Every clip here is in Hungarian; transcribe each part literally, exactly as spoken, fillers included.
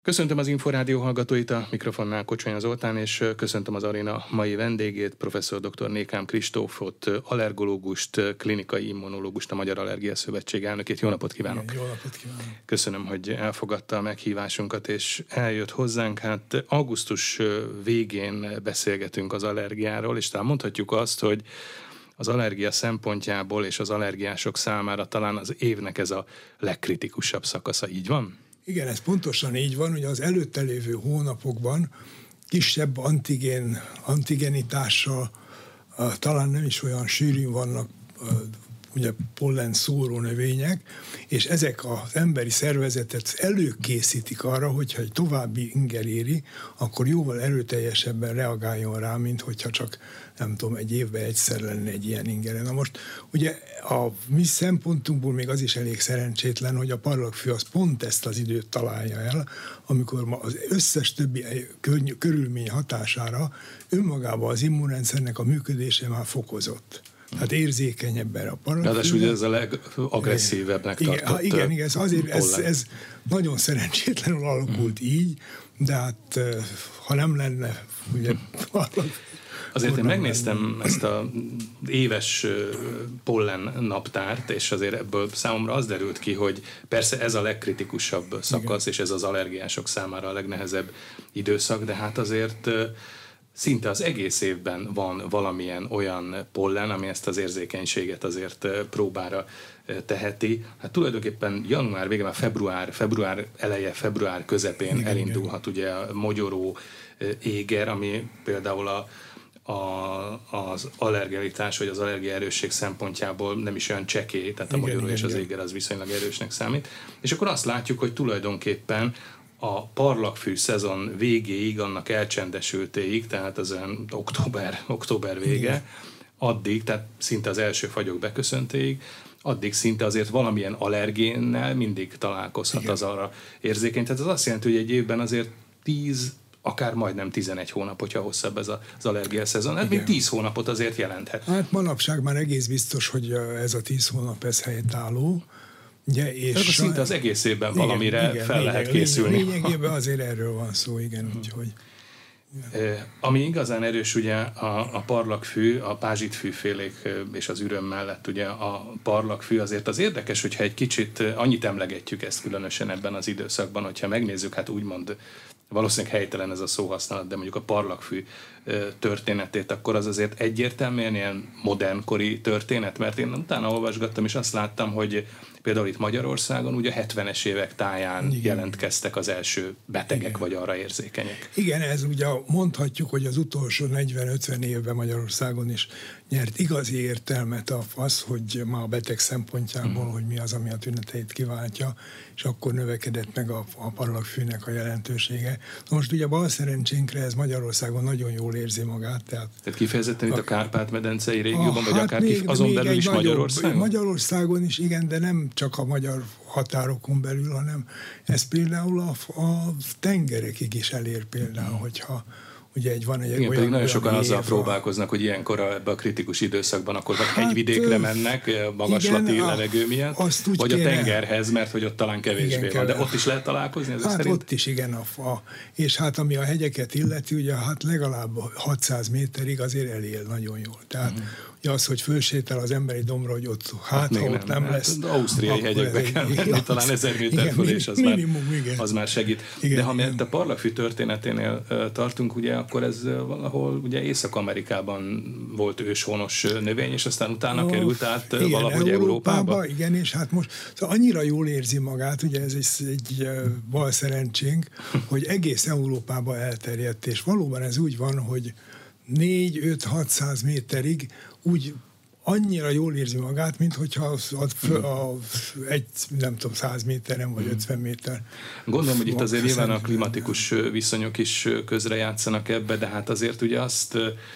Köszöntöm az Inforádió hallgatóit, a mikrofonnál Kocsonya Zoltán, és köszöntöm az aréna mai vendégét, professzor dr. Nékám Kristófot, allergológust, klinikai immunológust, a Magyar Allergia Szövetség elnökét. Jó napot kívánok! Igen, jó napot kívánok! Köszönöm, hogy elfogadta a meghívásunkat, és eljött hozzánk. Hát augusztus végén beszélgetünk az allergiáról, és talán mondhatjuk azt, hogy az allergia szempontjából és az allergiások számára talán az évnek ez a legkritikusabb szakasza. Így van? Igen, ez pontosan így van, hogy az előtte lévő hónapokban kisebb antigén, antigenitással, talán nem is olyan sűrűn vannak ugye pollen szóró növények, és ezek az emberi szervezetet előkészítik arra, hogyha egy további inger éri, akkor jóval erőteljesebben reagáljon rá, mint hogyha csak, nem tudom, egy évben egyszer lenne egy ilyen ingere. Na most ugye a mi szempontunkból még az is elég szerencsétlen, hogy a parlagfű az pont ezt az időt találja el, amikor ma az összes többi körülmény hatására önmagában az immunrendszernek a működése már fokozott. Tehát érzékenyebb erre a parlagfűre. Ráadásul ugye ez a legagresszívebbnek tartott. Igen, igen, igen, azért ez, ez nagyon szerencsétlenül alakult így, de hát ha nem lenne ugye azért én megnéztem lenne. ezt az éves pollen naptárt, és azért ebből számomra az derült ki, hogy persze ez a legkritikusabb szakasz, igen. és ez az allergiások számára a legnehezebb időszak, de hát azért szinte az egész évben van valamilyen olyan pollen, ami ezt az érzékenységet azért próbára teheti. Hát tulajdonképpen január végén, már február, február eleje, február közepén igen, elindulhat igen. ugye a mogyoró éger, ami például a, a, az allergilitás, vagy az allergia erősség szempontjából nem is olyan csekély, tehát a igen, mogyoró igen, és az igen. éger az viszonylag erősnek számít. És akkor azt látjuk, hogy tulajdonképpen a parlagfű szezon végéig, annak elcsendesültéig, tehát az olyan október, október vége, igen. addig, tehát szinte az első fagyok beköszöntéig, addig szinte azért valamilyen allergénnel mindig találkozhat igen. az arra érzékeny. Tehát az azt jelenti, hogy egy évben azért tíz, akár majdnem tizenegy hónap, hogyha hosszabb ez az allergia szezon. Hát még tíz hónapot azért jelenthet. Hát manapság már egész biztos, hogy ez a tíz hónap ez helytálló. Ugye, és akkor szinte az egész évben igen, valamire igen, fel igen, lehet készülni. Lényegében azért erről van szó, igen. Úgyhogy, igen. Ami igazán erős ugye a, a parlagfű, a pázsitfűfélék és az üröm mellett ugye a parlagfű azért az érdekes, hogyha egy kicsit annyit emlegetjük ezt különösen ebben az időszakban, hogyha megnézzük, hát úgymond valószínűleg helytelen ez a szóhasználat, de mondjuk a parlagfű történetét, akkor az azért egyértelműen ilyen modernkori történet, mert én utána olvasgattam, és azt láttam, hogy például itt Magyarországon ugye a hetvenes évek táján igen. jelentkeztek az első betegek, igen. vagy arra érzékenyek. Igen, ez ugye mondhatjuk, hogy az utolsó negyven-ötven évben Magyarországon is nyert igazi értelmet az, hogy ma a beteg szempontjából, hmm. hogy mi az, ami a tüneteit kiváltja, és akkor növekedett meg a, a parlagfűnek a jelentősége. Most ugye bal szerencsénkre ez Magyarországon nagyon jól érzi magát. Tehát, tehát kifejezetten itt a Kárpát-medencei régióban, vagy hát akár még, kif- azon belül is nagyobb, Magyarországon? Magyarországon is, igen, de nem csak a magyar határokon belül, hanem ez például a, a tengerekig is elér például, hogyha ugye egy van egy igen, olyan... pedig nagyon olyan sokan azzal év, próbálkoznak, hogy ilyenkor ebbe a kritikus időszakban akkor vagy hát, hegyvidékre mennek, magaslati igen, levegő miatt, vagy kéne, a tengerhez, mert hogy ott talán kevésbé igen, van. De ott is lehet találkozni? Ez hát szerint? Ott is, igen. A, a, és hát ami a hegyeket illeti, ugye hát legalább hatszáz méterig azért elél nagyon jól. Tehát uh-huh. ugye az, hogy fölsétál az emberi dombra, hogy ott hát, hát ha ott nem, nem lesz. Hát, ausztriai hegyekbe kell menni, talán ezer méter föl, és az, minimum, már, az már segít. Igen, de ha mi a parlagfű történeténél uh, tartunk, ugye, akkor ez uh, valahol ugye Észak-Amerikában volt őshonos növény, és aztán utána oh, került át uh, igen, valahogy Európába. Európába. Igen, és hát most szóval annyira jól érzi magát, ugye ez egy, egy uh, bal szerencsénk, hogy egész Európába elterjedt, és valóban ez úgy van, hogy négy-öt-hatszáz méterig úgy annyira jól érzi magát, mint hogyha az, az, az, az egy, nem tudom, száz méteren vagy ötven méter. Gondolom, hogy itt azért nyilván a klimatikus viszonyok is közrejátszanak ebbe, de hát azért ugye azt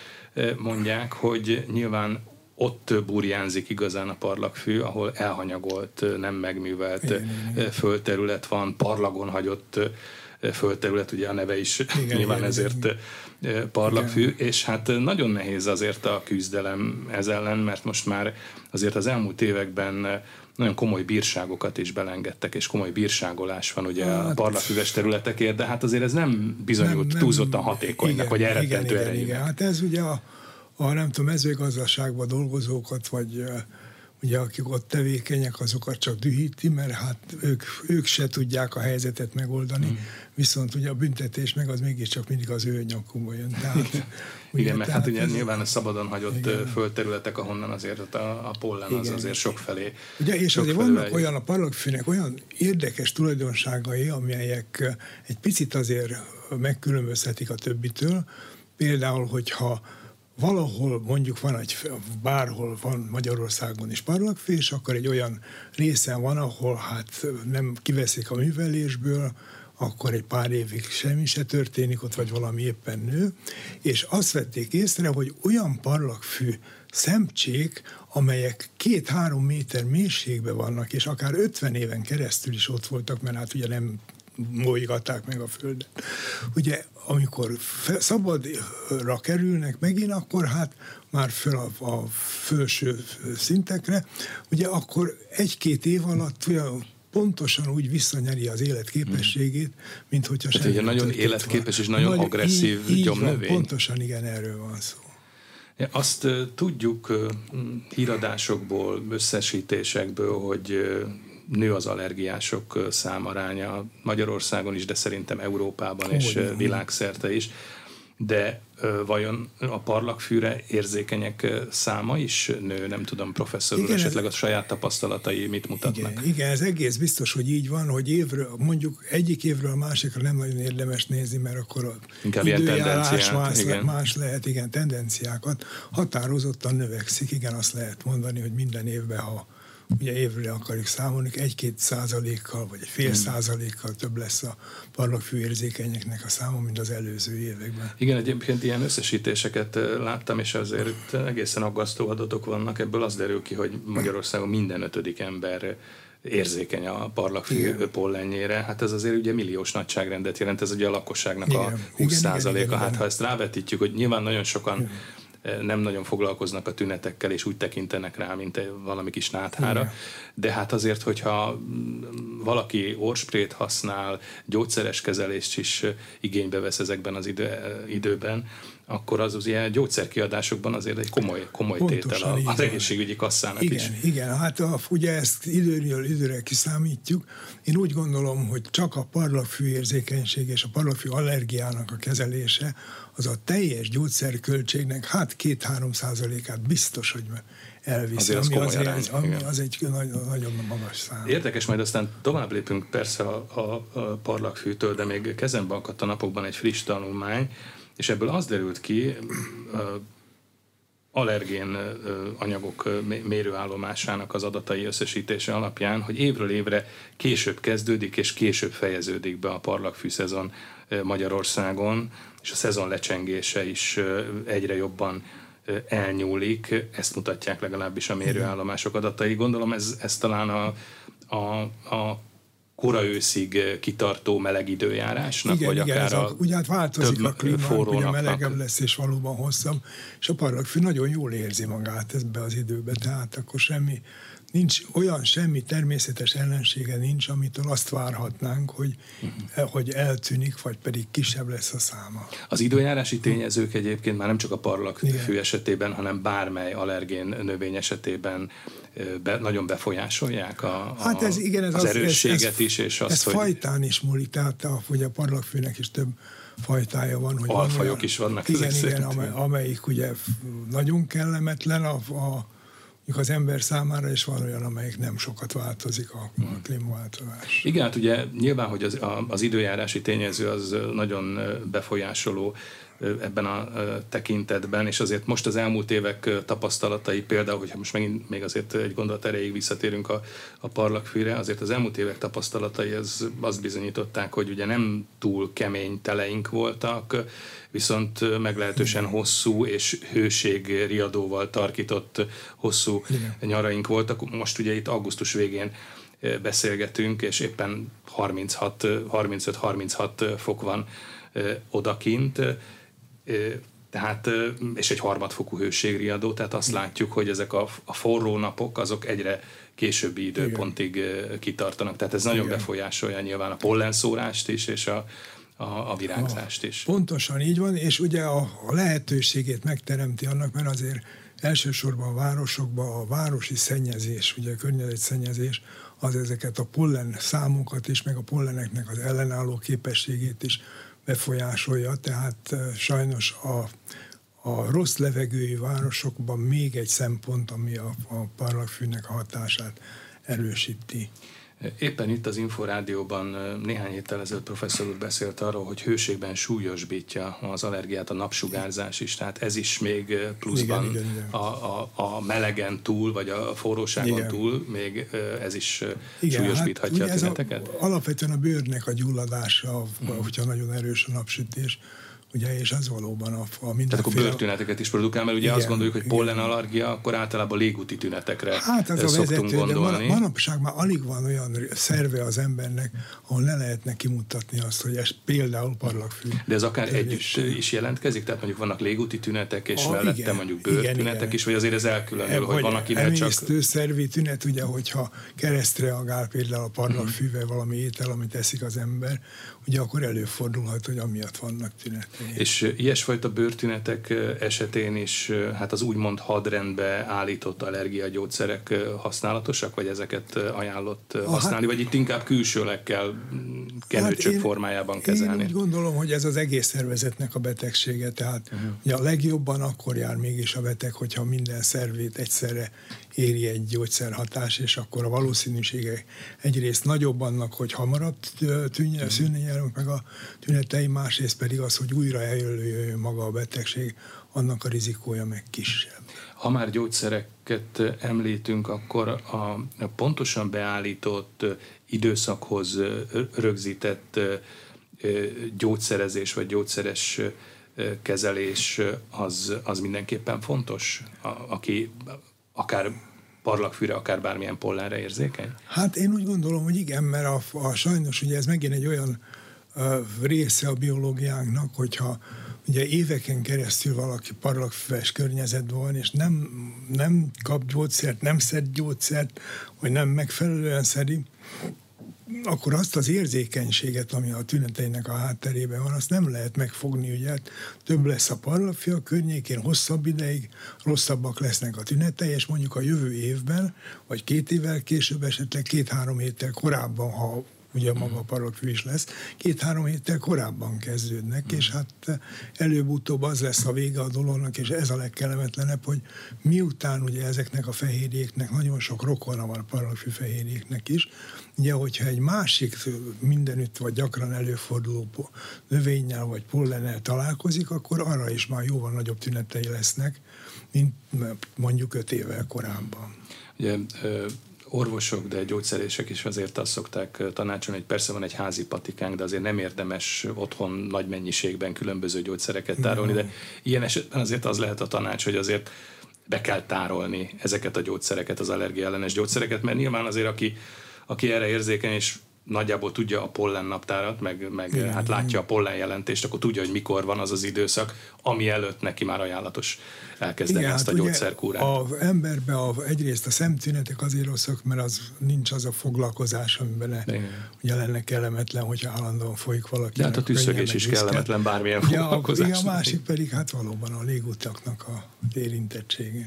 mondják, hogy nyilván ott burjánzik igazán a parlagfű, ahol elhanyagolt, nem megművelt igen, földterület van, parlagon hagyott földterület, ugye a neve is igen, nyilván igen, ezért igen. parlagfű, igen. És hát nagyon nehéz azért a küzdelem ez ellen, mert most már azért az elmúlt években nagyon komoly bírságokat is belengedtek, és komoly bírságolás van ugye hát, a parlagfüves területekért, de hát azért ez nem bizonyult nem, nem, túlzottan hatékonynak, igen, vagy elrettentő erejének. Igen, hát ez ugye a, a nem tudom, mezőgazdaságban dolgozókat, vagy ugye akik ott tevékenyek, azokat csak dühíti, mert hát ők, ők se tudják a helyzetet megoldani, mm. viszont ugye a büntetés meg az mégiscsak mindig az ő nyakunkba jön. Tehát, igen, ugye, igen mert tehát hát ugye ez, nyilván a szabadon hagyott igen. földterületek, ahonnan azért a, a pollen igen. az azért sokfelé. Ugye, és sok azért vannak eljön. olyan a parlagfűnek olyan érdekes tulajdonságai, amelyek egy picit azért megkülönböztetik a többitől. Például, hogyha valahol mondjuk van egy, bárhol van Magyarországon is parlagfű, és akkor egy olyan részen van, ahol hát nem kiveszik a művelésből, akkor egy pár évig semmi se történik, ott vagy valami éppen nő, és azt vették észre, hogy olyan parlagfű szemcsék, amelyek két-három méter mélységben vannak, és akár ötven éven keresztül is ott voltak, mert hát ugye nem molygatták meg a földet. Ugye, amikor szabadra kerülnek megint, akkor hát már föl a, a felső szintekre, ugye akkor egy-két év alatt olyan pontosan úgy visszanyeri az életképességét, mint hogyha hát semmi nagyon életképes van. És nagyon Nagy, agresszív így, így gyomnövény. Van, pontosan igen, erről van szó. Azt uh, tudjuk uh, híradásokból, összesítésekből, hogy uh, nő az allergiások számaránya Magyarországon is, de szerintem Európában oh, és igen. világszerte is. De ö, vajon a parlagfűre érzékenyek száma is nő? Nem tudom, professzor úr, esetleg a saját tapasztalatai mit mutatnak? Igen, igen, ez egész biztos, hogy így van, hogy évről, mondjuk egyik évről a másikra nem nagyon érdemes nézni, mert akkor a inkább időjárás más, le, más lehet, igen, tendenciákat határozottan növekszik, igen, azt lehet mondani, hogy minden évben, ha ugye évre akarjuk számolni, egy-két százalékkal, vagy egy fél hmm. százalékkal több lesz a parlagfű érzékenyeknek a száma, mint az előző években. Igen, egyébként ilyen összesítéseket láttam, és azért egészen aggasztó adatok vannak. Ebből az derül ki, hogy Magyarországon minden ötödik ember érzékeny a parlagfű pollenjére. Hát ez azért ugye milliós nagyságrendet jelent, ez ugye a lakosságnak igen, a húsz százaléka. Hát ha ezt rávetítjük, hogy nyilván nagyon sokan igen. nem nagyon foglalkoznak a tünetekkel, és úgy tekintenek rá, mint valami kis náthára. Igen. De hát azért, hogyha valaki orsprét használ, gyógyszeres kezelést is igénybe vesz ezekben az idő, időben, akkor az az ilyen gyógyszerkiadásokban azért egy komoly, komoly tétel az egészségügyi kasszának igen, is. Igen, hát a, ugye ezt időről időre kiszámítjuk. Én úgy gondolom, hogy csak a parlagfű érzékenység és a parlagfű allergiának a kezelése az a teljes gyógyszerköltségnek hát két-három százalékát biztos, hogy elviszi, azért ami, az, az, arány, egy, ami az egy nagyon, nagyon magas szám. Érdekes, majd aztán tovább lépünk persze a, a, a parlagfűtől, de még kezembe akadt a napokban egy friss tanulmány, és ebből az derült ki, allergén anyagok mérőállomásának az adatai összesítése alapján, hogy évről évre később kezdődik és később fejeződik be a parlagfű szezon Magyarországon, és a szezon lecsengése is egyre jobban elnyúlik. Ezt mutatják legalábbis a mérőállomások adatai. Gondolom ez, ez talán a, a, a kora őszig kitartó meleg időjárásnak, igen, vagy igen, akár a, a ugye hát változik a klíma, ugye melegebb lesz és valóban hosszabb, és a parlagfű nagyon jól érzi magát ebbe az időbe, tehát akkor semmi, nincs olyan semmi természetes ellensége nincs, amitől azt várhatnánk, hogy, uh-huh. hogy eltűnik, vagy pedig kisebb lesz a száma. Az időjárási tényezők egyébként már nem csak a parlagfű esetében, hanem bármely allergén növény esetében be, nagyon befolyásolják a, a, hát ez, igen, ez az, az erősséget ez, ez, is, és azt, ez hogy... fajtán is múlik, tehát a, hogy a parlagfűnek is több fajtája van. Hogy alfajok van olyan, is vannak. Igen, igen, amely, amelyik ugye nagyon kellemetlen a, a az ember számára, és van olyan, amelyik nem sokat változik a, a klímaváltozás. Igen, hát ugye nyilván, hogy az, az időjárási tényező az nagyon befolyásoló ebben a tekintetben, és azért most az elmúlt évek tapasztalatai, például, hogyha most megint még azért egy gondolat erejéig visszatérünk a, a parlagfűre, azért az elmúlt évek tapasztalatai az, azt bizonyították, hogy ugye nem túl kemény teleink voltak, viszont meglehetősen hosszú és hőségriadóval tarkított hosszú igen. nyaraink voltak. Most ugye itt augusztus végén beszélgetünk, és éppen harminchat, harmincöt harminchat fok van odakint. Tehát, és egy harmadfokú hőségriadó, tehát azt látjuk, hogy ezek a, a forró napok, azok egyre későbbi időpontig igen. kitartanak. Tehát ez nagyon igen. befolyásolja nyilván a pollenszórást is, és a, a, a virágzást is. Pontosan így van, és ugye a, a lehetőségét megteremti annak, mert azért elsősorban a városokban a városi szennyezés, ugye a környezetszennyezés, az ezeket a pollen számokat is, meg a polleneknek az ellenálló képességét is befolyásolja, tehát sajnos a, a rossz levegői városokban még egy szempont, ami a, a parlagfűnek a hatását erősíti. Éppen itt az Inforádióban néhány héttel ezelőtt professzor úr beszélt arról, hogy hőségben súlyosbítja az allergiát a napsugárzás is, tehát ez is még pluszban igen, igen, igen. A, a, a melegen túl, vagy a forróságon igen. túl, még ez is igen, súlyosbíthatja hát, a tüneteket? A, alapvetően a bőrnek a gyulladása, hmm. hogyha nagyon erős a napsütés, ugye, és az valóban a, a mindenféle... Tehát akkor bőrtüneteket is produkál, mert ugye igen, azt gondoljuk, hogy pollenallergia, akkor általában légúti tünetekre hát az szoktunk a vezető, gondolni. De manapság már alig van olyan szerve az embernek, ahol ne lehetne kimutatni azt, hogy ez például parlagfű. De ez akár együtt is jelentkezik? Tehát mondjuk vannak légúti tünetek, és a, mellette igen, mondjuk bőrtünetek igen, is, vagy azért ez elkülönül, e, hogy van, akinek csak... Emésztőszervi tünet, ugye, hogyha keresztreagál például a parlagfűvel valami étel, amit eszik az ember, ugye akkor előfordulhat, hogy amiatt vannak tünetek. És ilyesfajta bőrtünetek esetén is hát az úgymond hadrendbe állított allergiagyógyszerek használatosak, vagy ezeket ajánlott használni, hát, vagy itt inkább külsőleg kell kenőcsök hát formájában kezelni? Én úgy gondolom, hogy ez az egész szervezetnek a betegsége, tehát uh-huh. ugye a legjobban akkor jár mégis a beteg, hogyha minden szervét egyszerre éri egy gyógyszerhatás, és akkor a valószínűsége egyrészt nagyobb annak, hogy hamarabb tűnjön, szűnjön meg a tünetei, másrészt pedig az, hogy újra eljöjjön maga a betegség, annak a rizikója meg kisebb. Ha már gyógyszereket említünk, akkor a pontosan beállított időszakhoz rögzített gyógyszerezés vagy gyógyszeres kezelés az, az mindenképpen fontos, a, aki akár parlagfűre, akár bármilyen pollenre érzékeny? Hát én úgy gondolom, hogy igen, mert a, a sajnos ugye ez megint egy olyan uh, része a biológiánknak, hogyha ugye éveken keresztül valaki parlagfüves környezetben van, és nem, nem kap gyógyszert, nem szed gyógyszert, vagy nem megfelelően szedi, akkor azt az érzékenységet, ami a tüneteinek a hátterében van, azt nem lehet megfogni, ugye több lesz a parlagfű a környékén, hosszabb ideig, rosszabbak lesznek a tünetei, és mondjuk a jövő évben, vagy két évvel később, esetleg két-három héttel korábban, ha ugye maga a parlagfű is lesz, két-három héttel korábban kezdődnek, és hát előbb-utóbb az lesz a vége a dolognak, és ez a legkellemetlenebb, hogy miután ugye ezeknek a fehérjéknek nagyon sok rokona van a parlagfű fehérjéknek is, ugye, hogyha egy másik mindenütt vagy gyakran előforduló növényel vagy pollennel találkozik, akkor arra is már jóval nagyobb tünetei lesznek, mint mondjuk öt évvel korábban. Ugye, orvosok, de gyógyszerések is azért azt szokták tanácsolni, hogy persze van egy házi patikánk, de azért nem érdemes otthon nagy mennyiségben különböző gyógyszereket tárolni, de ilyen esetben azért az lehet a tanács, hogy azért be kell tárolni ezeket a gyógyszereket, az allergia ellenes gyógyszereket, mert nyilván azért, aki, aki erre érzékeny, és nagyjából tudja a pollen naptárat, meg, meg igen, hát látja a pollen jelentést, akkor tudja, hogy mikor van az az időszak, ami előtt neki már ajánlatos elkezdeni igen, ezt a hát gyógyszerkúrát. Az emberben a, egyrészt a szemtünetek azért rosszak, mert az nincs az a foglalkozás, amiben ugye lenne kellemetlen, hogyha állandóan folyik valaki. De hát a tüsszögés is kellemetlen bármilyen ja, foglalkozás. A, a másik pedig hát valóban a légutaknak a érintettsége.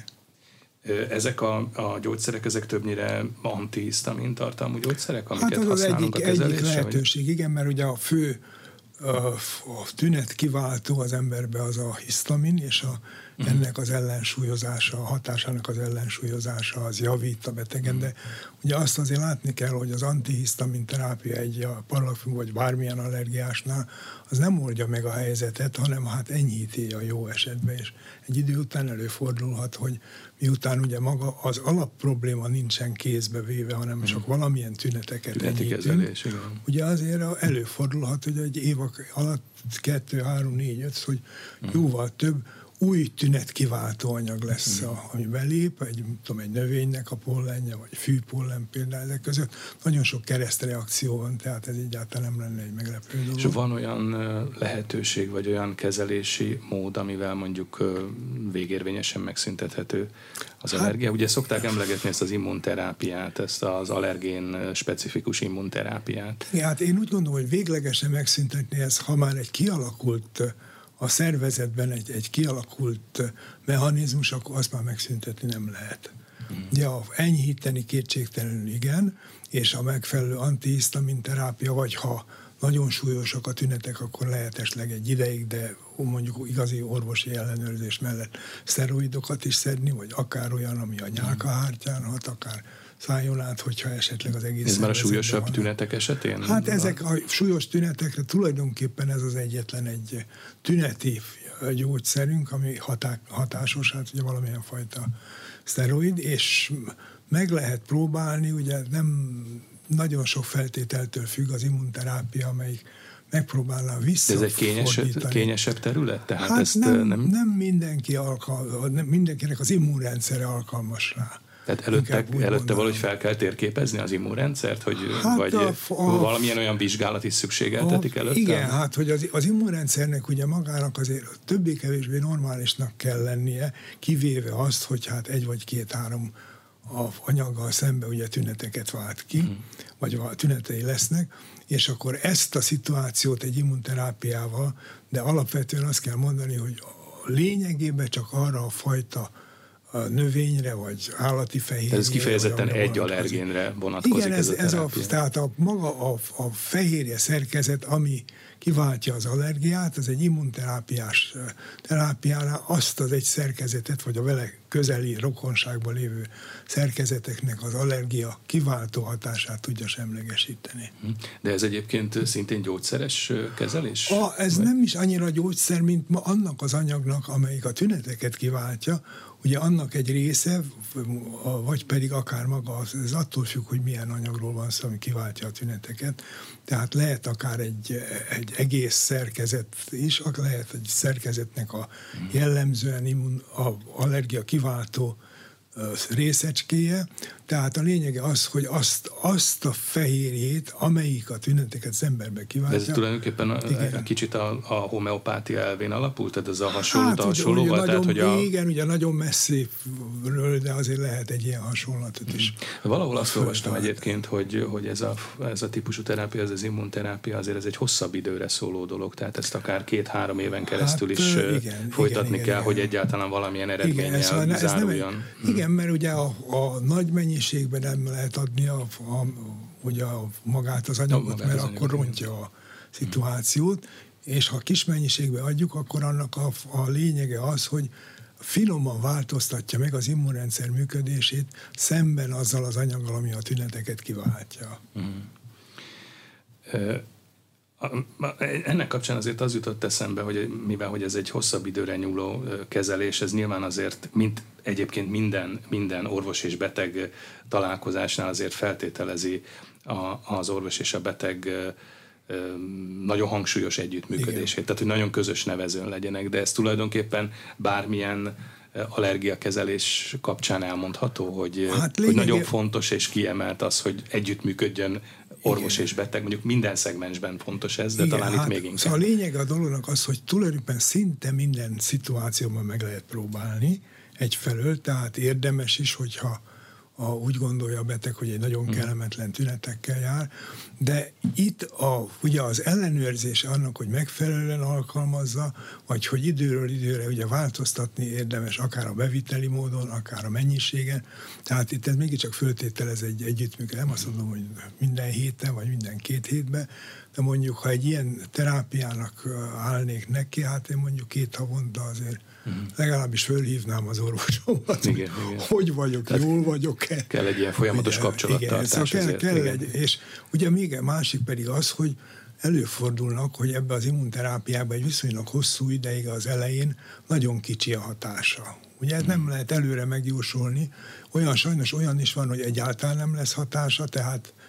Ezek a, a gyógyszerek, ezek többnyire antihisztamin tartalmú gyógyszerek, amiket hát az használunk az egyik, a kezelésre? Egyik lehetőség, vagy? Igen, mert ugye a fő a, a tünet kiváltó az emberbe az a hisztamin, és a, uh-huh. ennek az ellensúlyozása, a hatásának az ellensúlyozása az javít a betegen, uh-huh. de ugye azt azért látni kell, hogy az antihisztamin terápia egy a parlagfű vagy bármilyen allergiásnál, az nem oldja meg a helyzetet, hanem hát enyhíti a jó esetben, és egy idő után előfordulhat, hogy miután ugye maga az alapprobléma nincsen kézbe véve, hanem csak uh-huh. valamilyen tüneteket enyhítünk, ugye azért előfordulhat, hogy egy év alatt kettő, három, négy, öt, hogy uh-huh. jóval több új tünetkiváltó anyag lesz, a, ami belép, egy, tudom, egy növénynek a pollenje, vagy fűpollen például ezek között. Nagyon sok keresztreakció van, tehát ez egyáltalán nem lenne egy meglepő dolog. És van olyan lehetőség, vagy olyan kezelési mód, amivel mondjuk végérvényesen megszüntethető az hát, allergia? Ugye szokták emlegetni ezt az immunterápiát, ezt az allergén specifikus immunterápiát. Ja, hát én úgy gondolom, hogy véglegesen megszüntetni ez, ha már egy kialakult a szervezetben egy, egy kialakult mechanizmus, akkor azt már megszüntetni nem lehet. Hmm. Ja, enyhíteni kétségtelenül igen, és a megfelelő antihisztamin terápia, vagy ha nagyon súlyosak a tünetek, akkor lehet esetleg egy ideig, de mondjuk igazi orvosi ellenőrzés mellett szteroidokat is szedni, vagy akár olyan, ami a nyálkahártyán hat, akár szálljon át, hogyha esetleg az egész... Ez már a súlyosabb van. Tünetek esetén? Hát ezek a súlyos tünetekre tulajdonképpen ez az egyetlen egy tüneti gyógyszerünk, ami hatá, hatásos, hát ugye valamilyen fajta szteroid, és meg lehet próbálni, ugye nem nagyon sok feltételtől függ az immunterápia, amelyik megpróbálná visszafordítani. Ez egy kényesebb, kényesebb terület? Tehát hát ezt nem, nem... nem mindenki alkal, nem mindenkinek az immunrendszere alkalmas rá. Tehát előtte, előtte valahogy fel kell térképezni az immunrendszert, hogy hát vagy a, a, valamilyen olyan vizsgálat is szükségeltetik előtte? Igen, hát hogy az, az immunrendszernek ugye magának azért többé-kevésbé normálisnak kell lennie, kivéve azt, hogy hát egy vagy két-három a anyaggal szemben ugye tüneteket vált ki, hmm. vagy a tünetei lesznek, és akkor ezt a szituációt egy immunterápiával, de alapvetően azt kell mondani, hogy lényegében csak arra a fajta a növényre, vagy állati fehérjére. Ez kifejezetten egy allergénre vonatkozik. Igen, ez, ez, a, ez a tehát a maga a, a fehérje szerkezet, ami kiváltja az allergiát, az egy immunterápiás terápiánál azt az egy szerkezetet, vagy a vele közeli rokonságban lévő szerkezeteknek az allergia kiváltó hatását tudja semlegesíteni. De ez egyébként szintén gyógyszeres kezelés? A, ez vagy? Nem is annyira gyógyszer, mint ma annak az anyagnak, amelyik a tüneteket kiváltja, ugye annak egy része, vagy pedig akár maga, ez attól függ, hogy milyen anyagról van szó, ami kiváltja a tüneteket. Tehát lehet akár egy, egy egész szerkezet is, lehet egy szerkezetnek a jellemzően immun, a allergia kiváltó részecskéje. Tehát a lényege az, hogy azt, azt a fehérjét, amelyik a tüneteket az emberbe kiváltja. De ez tulajdonképpen a, a kicsit a, a homeopátia elvén alapul, tehát ez a hasonló, hát, a hasonlóval? Ugye, tehát, nagyon, hogy a... Igen, ugye nagyon messziről, de azért lehet egy ilyen hasonlatot is. Hmm. Valahol azt olvastam egyébként, hogy, hogy ez, a, ez a típusú terápia, ez az immunterápia, azért ez egy hosszabb időre szóló dolog, tehát ezt akár két-három éven keresztül hát, is igen, folytatni igen, kell, igen, hogy igen. egyáltalán valamilyen eredménnyel igen, záruljon. Egy, igen, mert ugye a, a nagy mennyiségben nem lehet adni a, a, ugye a magát az anyagot, magát mert az akkor anyag. rontja a szituációt, és ha kis mennyiségben adjuk, akkor annak a, a lényege az, hogy finoman változtatja meg az immunrendszer működését szemben azzal az anyaggal, ami a tüneteket kiváltja. Mm. Ennek kapcsán azért az jutott eszembe, hogy mivel hogy ez egy hosszabb időre nyúló kezelés, ez nyilván azért, mint egyébként minden, minden orvos és beteg találkozásnál azért feltételezi a, az orvos és a beteg nagyon hangsúlyos együttműködését, igen. Tehát hogy nagyon közös nevezőn legyenek, de ez tulajdonképpen bármilyen allergiakezelés kapcsán elmondható, hogy, hát hogy nagyon fontos és kiemelt az, hogy együttműködjön orvos igen. és beteg, mondjuk minden szegmensben fontos ez, de igen, talán hát, itt még inkább. Szóval a lényeg a dolognak az, hogy tulajdonképpen szinte minden szituációban meg lehet próbálni egyfelől, tehát érdemes is, hogyha a, úgy gondolja a beteg, hogy egy nagyon kellemetlen tünetekkel jár, de itt a, ugye az ellenőrzés annak, hogy megfelelően alkalmazza, vagy hogy időről időre ugye változtatni érdemes, akár a beviteli módon, akár a mennyiségen, tehát itt ez mégiscsak föltételez egy együttműködés. Nem azt mondom, hogy minden héten, vagy minden két hétben, de mondjuk, ha egy ilyen terápiának állnék neki, hát én mondjuk két havonta azért uh-huh. legalábbis fölhívnám az orvosomat, igen, igen. hogy vagyok, tehát jól vagyok-e. Kell egy ilyen folyamatos kapcsolattartás. Szóval kell, kell egy, és ugye még egy másik pedig az, hogy előfordulnak, hogy ebbe az immunterápiában egy viszonylag hosszú ideig az elején nagyon kicsi a hatása. Ugye ez nem lehet előre megjósolni. Olyan sajnos olyan is van, hogy egyáltalán nem lesz hatása, tehát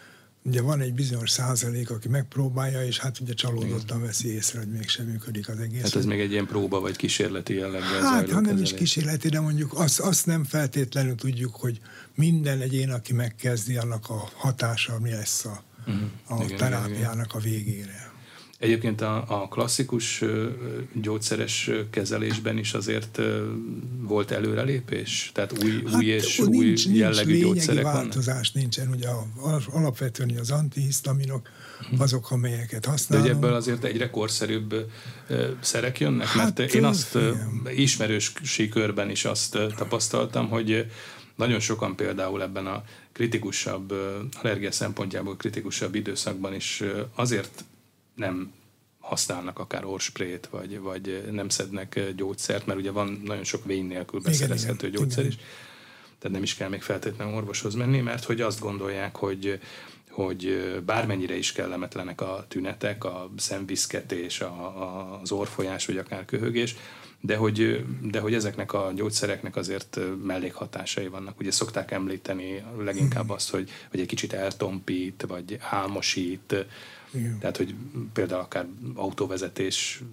ugye van egy bizonyos százalék, aki megpróbálja, és hát ugye csalódottan veszi észre, hogy mégsem működik az egész. Hát ez még egy ilyen próba, vagy kísérleti jelleggel Hát, zajló ha nem kezelés. is kísérleti, de mondjuk azt, azt nem feltétlenül tudjuk, hogy minden egyén, aki megkezdi, annak a hatása mi lesz a, uh-huh. a igen, terápiának igen. a végére. Egyébként a, a klasszikus gyógyszeres kezelésben is azért volt előrelépés? Tehát új, hát, új és nincs, új nincs jellegű gyógyszerek vannak? Változás nincsen. Ugye alapvetően az antihisztaminok, azok, amelyeket használunk. De ebből azért egyre korszerűbb szerek jönnek? Hát, mert én azt igen. ismerősi körben is azt tapasztaltam, hogy nagyon sokan például ebben a kritikusabb, allergia szempontjából kritikusabb időszakban is azért nem használnak akár orsprét, vagy, vagy nem szednek gyógyszert, mert ugye van nagyon sok vény nélkül beszerezhető igen, gyógyszer igen. is, tehát nem is kell még feltétlenül orvoshoz menni, mert hogy azt gondolják, hogy, hogy bármennyire is kellemetlenek a tünetek, a szemviszketés, a, a, az orrfolyás, vagy akár köhögés, de hogy, de hogy ezeknek a gyógyszereknek azért mellékhatásai vannak. Ugye szokták említeni leginkább azt, hogy, hogy egy kicsit eltompít, vagy álmosít, igen. Tehát, hogy például akár autóvezetésnél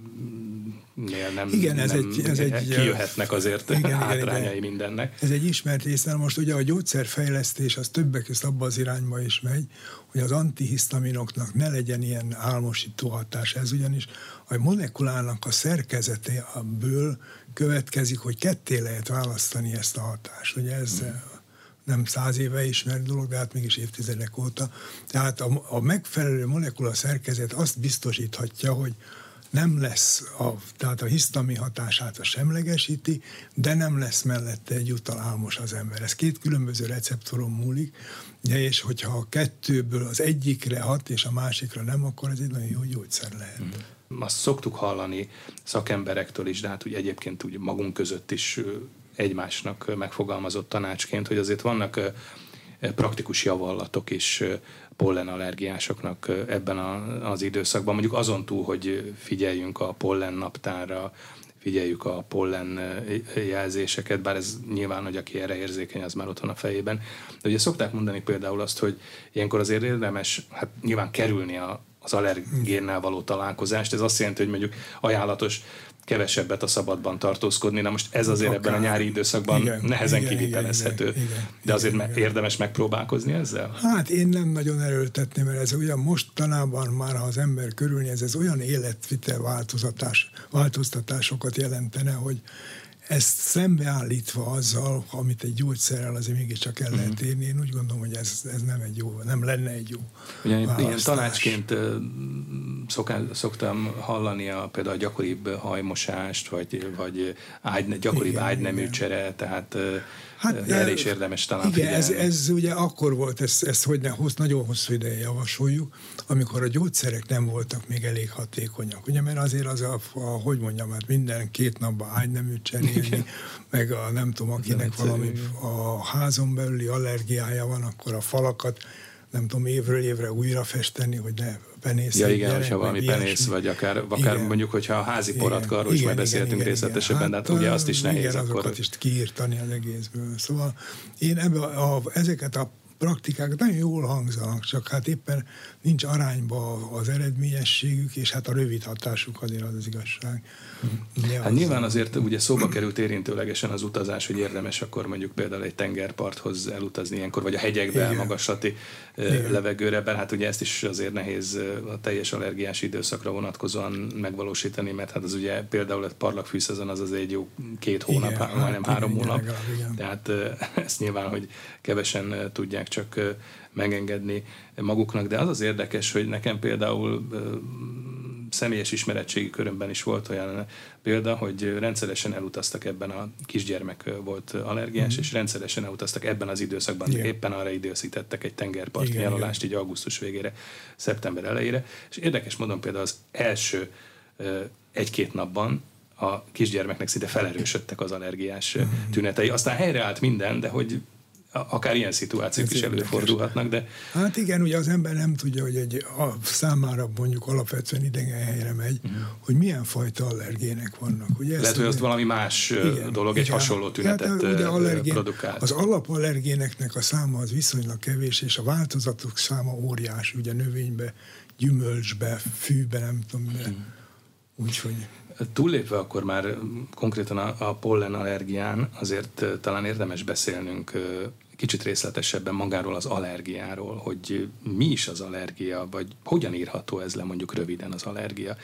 nem, igen, ez nem egy, ez egy, kijöhetnek azért igen, hátrányai igen, mindennek. Ez egy ismert észre. Most ugye a gyógyszerfejlesztés az többek között abba az irányba is megy, hogy az antihisztaminoknak ne legyen ilyen álmosító hatás. Ez ugyanis a molekulának a szerkezetéből következik, hogy ketté lehet választani ezt a hatást. Ugye ez hmm. nem száz éve ismert dolog, de hát mégis évtizedek óta. Tehát a, a megfelelő molekula szerkezet azt biztosíthatja, hogy nem lesz, a, tehát a hisztami hatását a semlegesíti, de nem lesz mellette egyúttal álmos az ember. Ez két különböző receptoron múlik, de és hogyha a kettőből az egyikre hat, és a másikra nem, akkor ez egy nagyon jó gyógyszer lehet. Mm. Azt szoktuk hallani szakemberektől is, de hát úgy egyébként úgy magunk között is egymásnak megfogalmazott tanácsként, hogy azért vannak praktikus javallatok is pollenallergiásoknak ebben az időszakban. Mondjuk azon túl, hogy figyeljünk a pollen naptárra, figyeljük a pollen jelzéseket, bár ez nyilván, hogy aki erre érzékeny, az már ott van a fejében. De ugye szokták mondani például azt, hogy ilyenkor azért érdemes hát nyilván kerülni a, az allergénnel való találkozást. Ez azt jelenti, hogy mondjuk ajánlatos kevesebbet a szabadban tartózkodni. Na most ez azért akár ebben a nyári időszakban igen, nehezen igen, kivitelezhető. Igen, igen, de azért igen, érdemes megpróbálkozni ezzel? Hát én nem nagyon erőltetném, mert ez olyan mostanában már, ha az ember körülnéz, ez olyan életvitel változtatás, változtatásokat jelentene, hogy ezt szembeállítva azzal, amit egy gyógyszerrel azért mégiscsak el lehet érni, én úgy gondolom, hogy ez, ez nem egy jó, nem lenne egy jó ugye, ilyen tanácsként szoká, szoktam hallani a, például a gyakoribb hajmosást, vagy, vagy ágy, gyakoribb igen, ágynemű csere, tehát hát, erre is érdemes talán igen, ez, ez ugye akkor volt, ezt, ezt hogy ne, hossz, nagyon hosszú ideje javasoljuk, amikor a gyógyszerek nem voltak még elég hatékonyak. Ugye, mert azért az a, a hogy mondjam, hát minden két napban ágyneműt cserélni, meg a nem tudom, akinek valami a házon belüli allergiája van, akkor a falakat nem tudom, évről évre újra festeni, hogy ne penész. Ja igen, hogyha valami penész, vagy akár, akár mondjuk, hogyha a házi poratkarról is már beszéltünk igen, részletesebben, de hát ugye azt is nehéz igen, akkor. azokat is kiírtani az egészből. Szóval én ebbe a, ezeket a praktikák nagyon jól hangzanak, csak hát éppen nincs arányba az eredményességük, és hát a rövid hatásuk azért az az igazság. De hát az nyilván azért ugye szóba került érintőlegesen az utazás, hogy érdemes akkor mondjuk például egy tengerparthoz elutazni ilyenkor, vagy a hegyekbe, igen. magaslati igen. levegőre, bár hát ugye ezt is azért nehéz a teljes allergiás időszakra vonatkozóan megvalósítani, mert hát az ugye például a parlagfűszezon az az egy jó két hónap, igen, majdnem hát három igen, hónap, legalább, tehát ezt nyilván, hogy kevesen tudják csak megengedni maguknak, de az az érdekes, hogy nekem például személyes ismeretségi körömben is volt olyan példa, hogy rendszeresen elutaztak ebben a kisgyermek volt allergiás, mm-hmm. és rendszeresen elutaztak ebben az időszakban, igen. éppen arra időszítettek egy tengerparti nyaralást, így augusztus végére, szeptember elejére, és érdekes módon például az első egy-két napban a kisgyermeknek szinte felerősödtek az allergiás mm-hmm. tünetei. Aztán helyreállt minden, de hogy akár ilyen szituációk is előfordulhatnak, de... Hát igen, ugye az ember nem tudja, hogy egy a számára mondjuk alapvetően idegen helyre megy, uh-huh. hogy milyen fajta allergének vannak. Ugye lehet, hogy azt valami más igen, dolog, egy igen, hasonló tünetet hát, allergén, produkál. Az alapallergéneknek a száma az viszonylag kevés, és a változatok száma óriás, ugye növénybe, gyümölcsbe, fűbe, nem tudom, de uh-huh. úgyhogy... Túllépve akkor már konkrétan a, a pollenallergián, azért talán érdemes beszélnünk kicsit részletesebben magáról az allergiáról, hogy mi is az allergia, vagy hogyan írható ez le mondjuk röviden az allergia?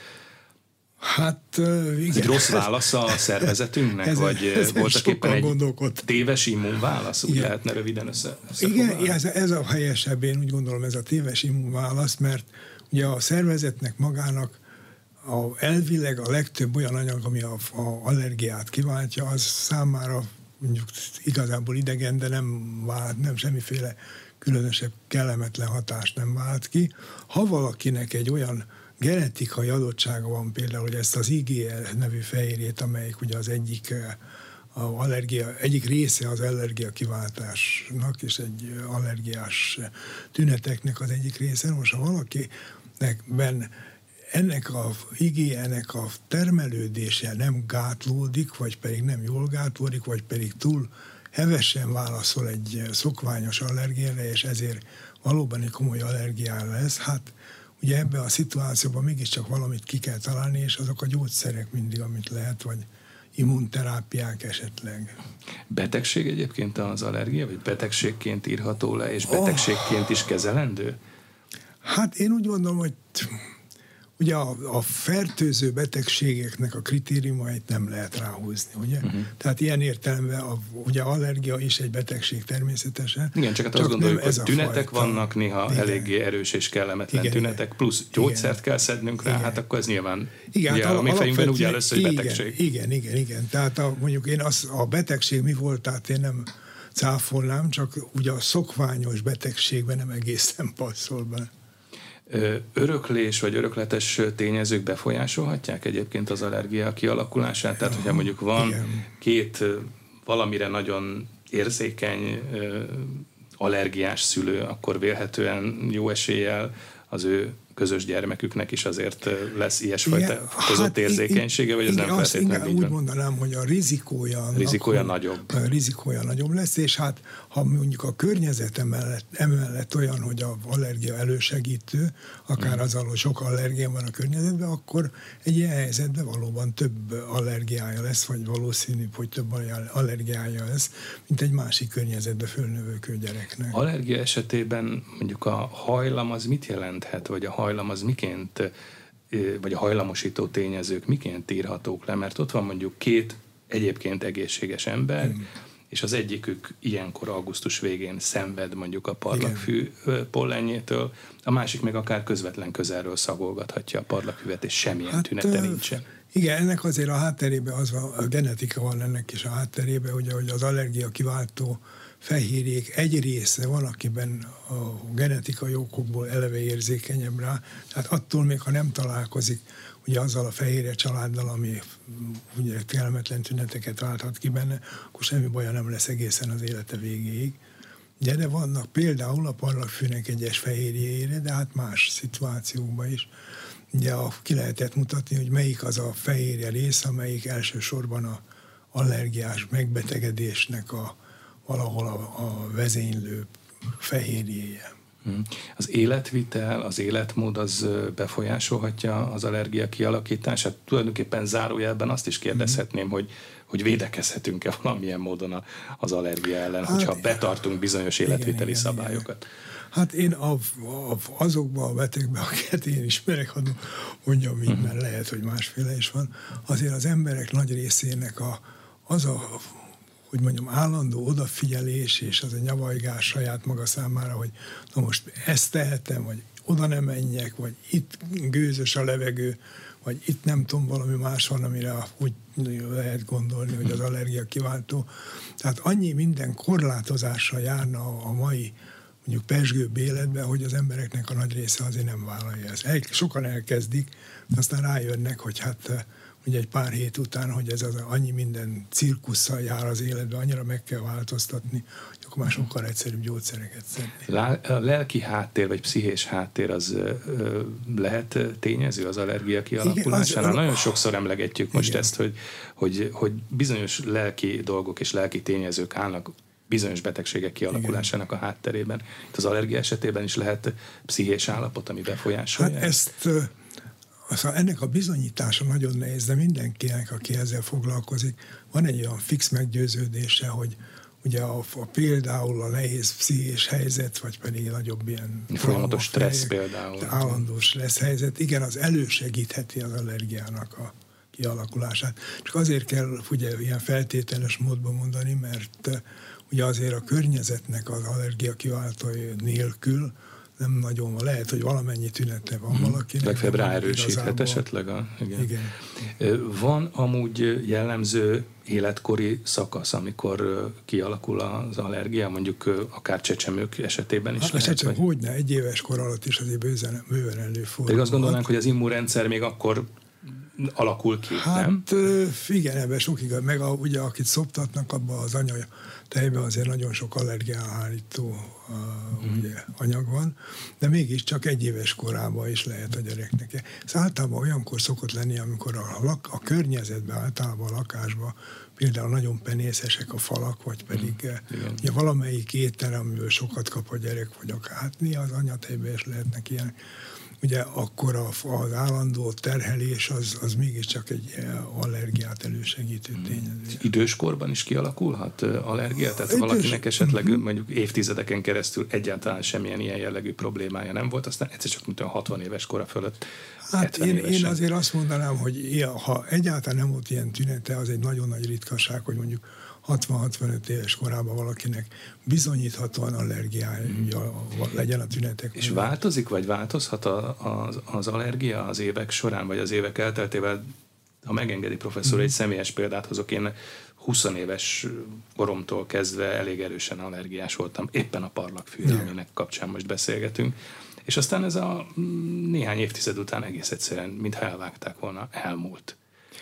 Hát igen. Egy rossz válasz a szervezetünknek, ezen, vagy ezen voltak éppen egy gondolkod. téves immunválasz, úgy igen. lehetne röviden össze, Igen, ez, ez a helyesebb, én úgy gondolom, ez a téves immunválasz, mert ugye a szervezetnek magának a, elvileg a legtöbb olyan anyag, ami a, a allergiát kiváltja, az számára mondjuk igazából idegen, de nem vált, nem semmiféle különösebb kellemetlen hatást nem vált ki. Ha valakinek egy olyan genetikai adottsága van például, hogy ezt az I G E nevű fehérjét, amelyik ugye az egyik a allergia, egyik része az allergia kiváltásnak, és egy allergiás tüneteknek az egyik része. Most ha valakinek ben ennek a I G E-nek a termelődése nem gátlódik, vagy pedig nem jól gátlódik, vagy pedig túl hevesen válaszol egy szokványos allergiára, és ezért valóban egy komoly allergiára lesz, hát ugye ebben a szituációban mégiscsak valamit ki kell találni, és azok a gyógyszerek mindig, amit lehet, vagy immunterápiák esetleg. Betegség egyébként az allergia, vagy betegségként írható le, és betegségként is kezelendő? Hát én úgy gondolom, hogy ugye a, a fertőző betegségeknek a kritériumait nem lehet ráhúzni, ugye? Uh-huh. Tehát ilyen értelemben a, ugye allergia is egy betegség természetesen. Igen, csak hát azt gondoljuk, hogy tünetek fajta. Vannak, néha igen. eléggé erős és kellemetlen igen, tünetek, plusz gyógyszert igen. kell szednünk rá, igen. hát akkor ez nyilván igen, ugye, hát a mi fejünkben úgy először, hogy betegség. Igen, igen, igen. Tehát a, mondjuk én az, a betegség mi volt, tehát én nem cáfolnám, csak ugye a szokványos betegségben nem egészen passzol be. Öröklés vagy örökletes tényezők befolyásolhatják egyébként az allergia kialakulását? Tehát, hogyha mondjuk van igen. két valamire nagyon érzékeny allergiás szülő, akkor vélhetően jó eséllyel az ő közös gyermeküknek is azért lesz ilyesfajta fokozott hát, érzékenysége, vagy ez nem feltétlenül így úgy van? mondanám, hogy a rizikója, rizikója nagyobb. A rizikója nagyobb lesz, és hát ha mondjuk a környezet emellett, emellett olyan, hogy az allergia elősegítő, akár hmm. azzal, hogy sok allergia van a környezetben, akkor egy ilyen helyzetben valóban több allergiája lesz, vagy valószínűbb, hogy több allergiája lesz, mint egy másik környezetben fölnövőkő gyereknek. Allergia esetében mondjuk a hajlam az mit jelenthet, vagy a hajlam az miként, vagy a hajlamosító tényezők miként írhatók le, mert ott van mondjuk két egyébként egészséges ember, mm. és az egyikük ilyenkor augusztus végén szenved mondjuk a parlagfű pollenjétől, a másik meg akár közvetlen közelről szagolgathatja a parlagfüvet, és semmilyen hát, tünete nincsen. Igen, ennek azért a hátterében az van, a genetika van ennek is a hátterében, ugye, hogy az allergia kiváltó fehérjék egy része van, akiben a genetikai okokból eleve érzékenyebb rá, tehát attól még, ha nem találkozik ugye azzal a fehérje családdal, ami ugye kellemetlen tüneteket válthat ki benne, akkor semmi baja nem lesz egészen az élete végéig. Ugye, de vannak például a parlagfűnek egyes fehérjére, de hát más szituációkban is. Ugye ki lehetett mutatni, hogy melyik az a fehérje rész, amelyik elsősorban a allergiás megbetegedésnek a valahol a, a vezénylő fehérjéje. Az életvitel, az életmód az befolyásolhatja az allergia kialakítását. Tulajdonképpen zárójelben azt is kérdezhetném, hogy, hogy védekezhetünk-e valamilyen módon az allergia ellen, hát, hogyha betartunk bizonyos életviteli igen, szabályokat. Igen. Hát én a, a, azokban a betegben, akiket én ismerek, mondjam így, uh-huh. mert lehet, hogy másféle is van, azért az emberek nagy részének a, az a hogy mondjam, állandó odafigyelés, és az a nyavajgás saját maga számára, hogy na most ezt tehetem, vagy oda nem menjek, vagy itt gőzös a levegő, vagy itt nem tudom, valami más van, amire úgy lehet gondolni, hogy az allergia kiváltó. Tehát annyi minden korlátozással járna a mai mondjuk pezsgőbb életben, hogy az embereknek a nagy része azért nem vállalja ezt. El, sokan elkezdik, aztán rájönnek, hogy hát ugye egy pár hét után, hogy ez az annyi minden cirkusszal jár az életben, annyira meg kell változtatni, hogy akkor már sokkal egyszerűbb gyógyszereket szedni. A lelki háttér, vagy pszichés háttér az ö, lehet tényező az allergia kialakulásánál? Nagyon sokszor emlegetjük most igen. ezt, hogy, hogy, hogy bizonyos lelki dolgok és lelki tényezők állnak bizonyos betegségek kialakulásának igen. a hátterében. Itt az allergia esetében is lehet pszichés állapot, ami befolyásolja? Hát ezt... Aztán ennek a bizonyítása nagyon nehéz, de mindenkinek, aki ezzel foglalkozik, van egy olyan fix meggyőződése, hogy ugye a, a például a nehéz pszichés helyzet, vagy pedig nagyobb ilyen... Folyamatos stressz például. Állandó stressz helyzet, igen, az elősegítheti az allergiának a kialakulását. Csak azért kell ugye ilyen feltételes módban mondani, mert ugye azért a környezetnek az allergia kiváltói nélkül nem nagyon van. Lehet, hogy valamennyi tünete van hmm. valakinek. Legfeljebb ráerősíthet esetleg. A, igen. igen. Van amúgy jellemző életkori szakasz, amikor kialakul az allergia, mondjuk akár csecsemők esetében is hát, lehet? Esetleg vagy... hogyne, egy éves kor alatt is azért bőven, bőven előfordul. Pedig azt gondolnánk, hogy az immunrendszer még akkor alakul ki, hát, nem? Hát igen, ebben sok igaz. Meg a, ugye, akit szoptatnak, abban az anya tejben azért nagyon sok allergiáhárító uh, mm. ugye, anyag van, de mégiscsak egy éves korában is lehet a gyereknek. Ez általában olyankor szokott lenni, amikor a, lak, a környezetben, általában a lakásban például nagyon penészesek a falak, vagy pedig mm. ugye, valamelyik étel, amiből sokat kap a gyerek, vagy akár hát néha az anyatejben is lehetnek ilyen. Ugye akkor az állandó terhelés az, az mégiscsak egy allergiát elősegítő tényező. Időskorban is kialakulhat allergia? Tehát Idős... valakinek esetleg uh-huh. mondjuk évtizedeken keresztül egyáltalán semmilyen ilyen jellegű problémája nem volt, aztán egyszer csak mint a hatvan éves kora fölött. Hát én, én azért azt mondanám, hogy ha egyáltalán nem volt ilyen tünete, az egy nagyon nagy ritkaság, hogy mondjuk hatvan-hatvanöt éves korában valakinek bizonyíthatóan allergiája mm. legyen a tünetek. És változik, vagy változhat a, az, az allergia az évek során, vagy az évek elteltével? Ha megengedi professzor, mm. egy személyes példát hozok, én húsz éves koromtól kezdve elég erősen allergiás voltam, éppen a parlagfűre, yeah. aminek kapcsán most beszélgetünk. És aztán ez a néhány évtized után egész egyszerűen, mintha elvágták volna, elmúlt.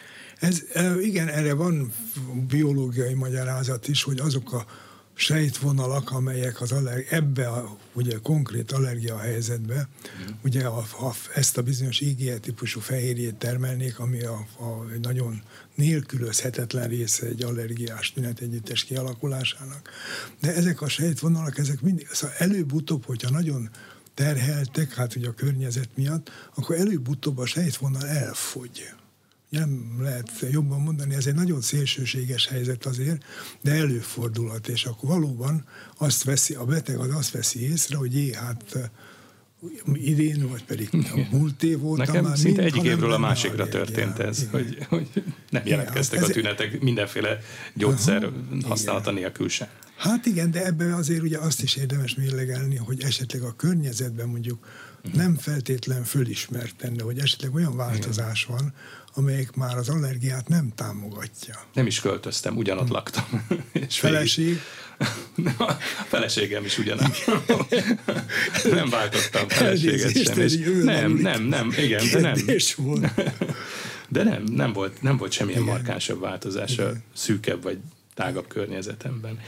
Ez, igen, erre van biológiai magyarázat is, hogy azok a sejtvonalak, amelyek az allergi, ebbe a ugye, konkrét allergia helyzetbe, mm. ugye a, a, ezt a bizonyos I G E típusú fehérjét termelnék, ami a, a nagyon nélkülözhetetlen része egy allergiás tünetegyüttes kialakulásának. De ezek a sejtvonalak, ezek mindig, szóval előbb-utóbb, hogyha nagyon terheltek, hát ugye a környezet miatt, akkor előbb-utóbb a sejtvonal elfogy. Nem lehet jobban mondani, ez egy nagyon szélsőséges helyzet azért, de előfordulhat, és akkor valóban azt veszi, a beteg az azt veszi észre, hogy jé, hát idén, vagy pedig a múlt év óta nekem már szinte mind, egyik évről a másikra allergiá. történt ez, hogy, hogy nem igen, jelentkeztek hát a tünetek mindenféle gyógyszer aha, használata nélkül sem. Hát igen, de ebben azért ugye azt is érdemes mérlegelni, hogy esetleg a környezetben mondjuk uh-huh. nem feltétlen fölismerten, de hogy esetleg olyan változás igen. van, amelyik már az allergiát nem támogatja. Nem is költöztem, ugyanott hmm. laktam. És feleség? A feleségem is ugyanott. Nem váltottam feleséget sem. És nem, nem, nem, igen, de nem. De nem, nem volt, nem volt semmilyen igen. markánsabb változás igen. a szűkebb vagy tágabb környezetemben.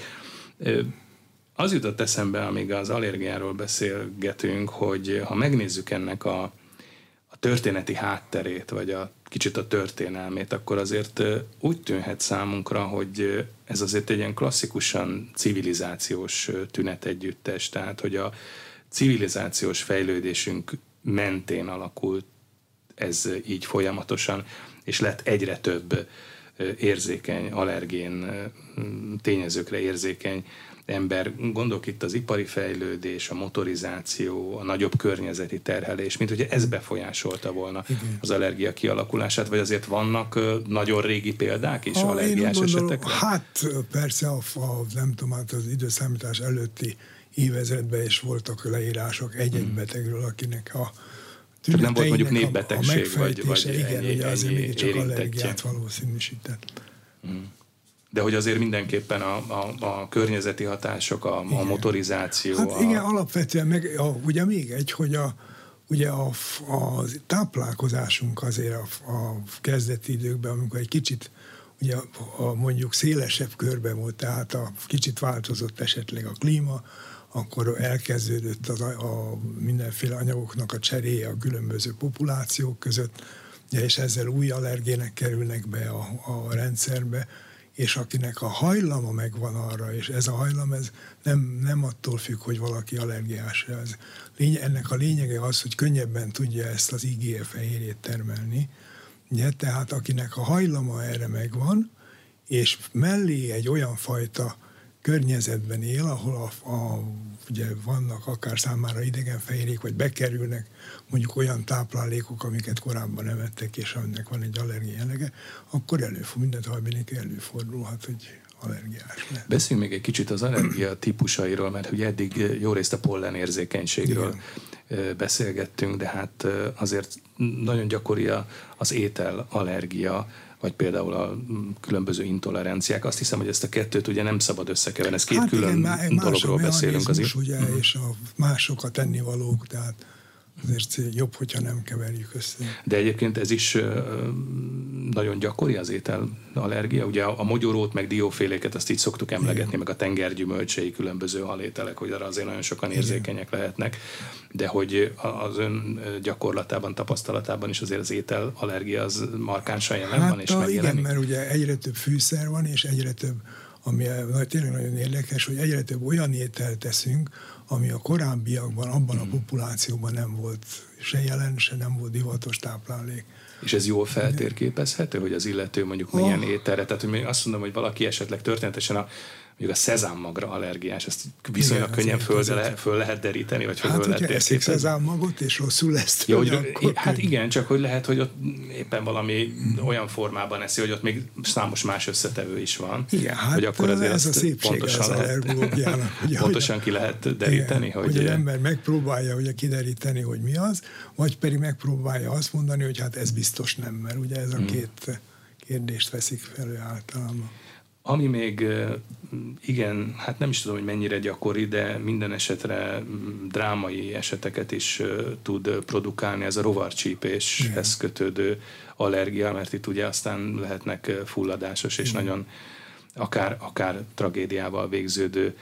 Az jutott eszembe, amíg az allergiáról beszélgetünk, hogy ha megnézzük ennek a, a történeti hátterét, vagy a kicsit a történelmét, akkor azért úgy tűnhet számunkra, hogy ez azért egy ilyen klasszikusan civilizációs tünetegyüttes, tehát hogy a civilizációs fejlődésünk mentén alakult ez így folyamatosan, és lett egyre több érzékeny, allergén tényezőkre érzékeny ember. Gondolok itt az ipari fejlődés, a motorizáció, a nagyobb környezeti terhelés, mint hogy ez befolyásolta volna igen. az allergia kialakulását, vagy azért vannak nagyon régi példák is ha, allergiás esetekre? Hát persze, a, a, nem tudom, hát az időszámítás előtti évezredben is voltak leírások egy-egy hmm. betegről, akinek a csak nem volt mondjuk népbetegség, a vagy, vagy igen, ennyi, ugye azért ennyi még csak allergiát valószínűsített. Hmm. De hogy azért mindenképpen a, a, a környezeti hatások, a, a motorizáció... Hát a... igen, alapvetően meg, a, ugye még egy, hogy a, ugye a, a táplálkozásunk azért a, a kezdeti időkben, amikor egy kicsit ugye a, a mondjuk szélesebb körben volt, tehát a kicsit változott esetleg a klíma, akkor elkezdődött az, a, a mindenféle anyagoknak a cseréje a különböző populációk között, és ezzel új allergének kerülnek be a, a rendszerbe, és akinek a hajlama megvan arra, és ez a hajlam ez nem, nem attól függ, hogy valaki allergiás. Ez, lény, ennek a lényege az, hogy könnyebben tudja ezt az I G E fehérjét termelni. Ugye? Tehát akinek a hajlama erre megvan, és mellé egy olyan fajta környezetben él, ahol a, a, ugye vannak akár számára idegen fehérjék, vagy bekerülnek mondjuk olyan táplálékok, amiket korábban nem ettek, és aminek van egy allergia jellege, akkor előfordul, mindent hajbenék előfordulhat, hogy allergiás lehet. Beszéljünk még egy kicsit az allergia típusairól, mert ugye eddig jó részt a pollen érzékenységről igen. beszélgettünk, de hát azért nagyon gyakori az ételallergia, vagy például a különböző intoleranciák. Azt hiszem, hogy ezt a kettőt ugye nem szabad összekeverni. Ez két hát külön igen, dologról beszélünk azért. Ugye, mm. és a mások a tennivalók, tehát azért jobb, hogyha nem keverjük össze. De egyébként ez is nagyon gyakori az ételallergia. Ugye a mogyorót, meg dióféléket azt így szoktuk emlegetni, igen. meg a tengergyümölcsei különböző halételek, hogy arra azért nagyon sokan érzékenyek igen. lehetnek. De hogy az ön gyakorlatában, tapasztalatában is azért az ételallergia az markánsan jelen hát van és a, megjelenik. Igen, mert ugye egyre több fűszer van, és egyre több, ami tényleg nagyon érdekes, hogy egyre több olyan ételt teszünk, ami a korábbiakban, abban hmm. a populációban nem volt se jelen, se nem volt divatos táplálék. És ez jól feltérképezhető, hogy az illető mondjuk oh. milyen ételre? Tehát, hogy azt mondom, hogy valaki esetleg történetesen a, mondjuk a szezámmagra allergiás, ezt viszonylag igen, könnyen föl, le, föl lehet deríteni, vagy föl hát, lehet térképezni. Hát, szezánmagot, és rosszul lesz. Ja, hogy, hát igen, csak hogy lehet, hogy ott éppen valami hmm. olyan formában eszi, hogy ott még számos más összetevő is van. Igen, hát hogy akkor azért ez a szépség az allergológiának. Pontosan ki lehet deríteni? Igen, hogy, hogy az ember megpróbálja ugye kideríteni, hogy mi az, vagy pedig megpróbálja azt mondani, hogy hát ez biztos nem, mert ugye ez a hmm. két kérdést veszik felő általában. Ami még igen, hát nem is tudom, hogy mennyire gyakori, de minden esetre drámai eseteket is tud produkálni, ez a rovarcsípéshez kötődő allergia, mert itt ugye aztán lehetnek fulladásos és igen. nagyon akár, akár tragédiával végződő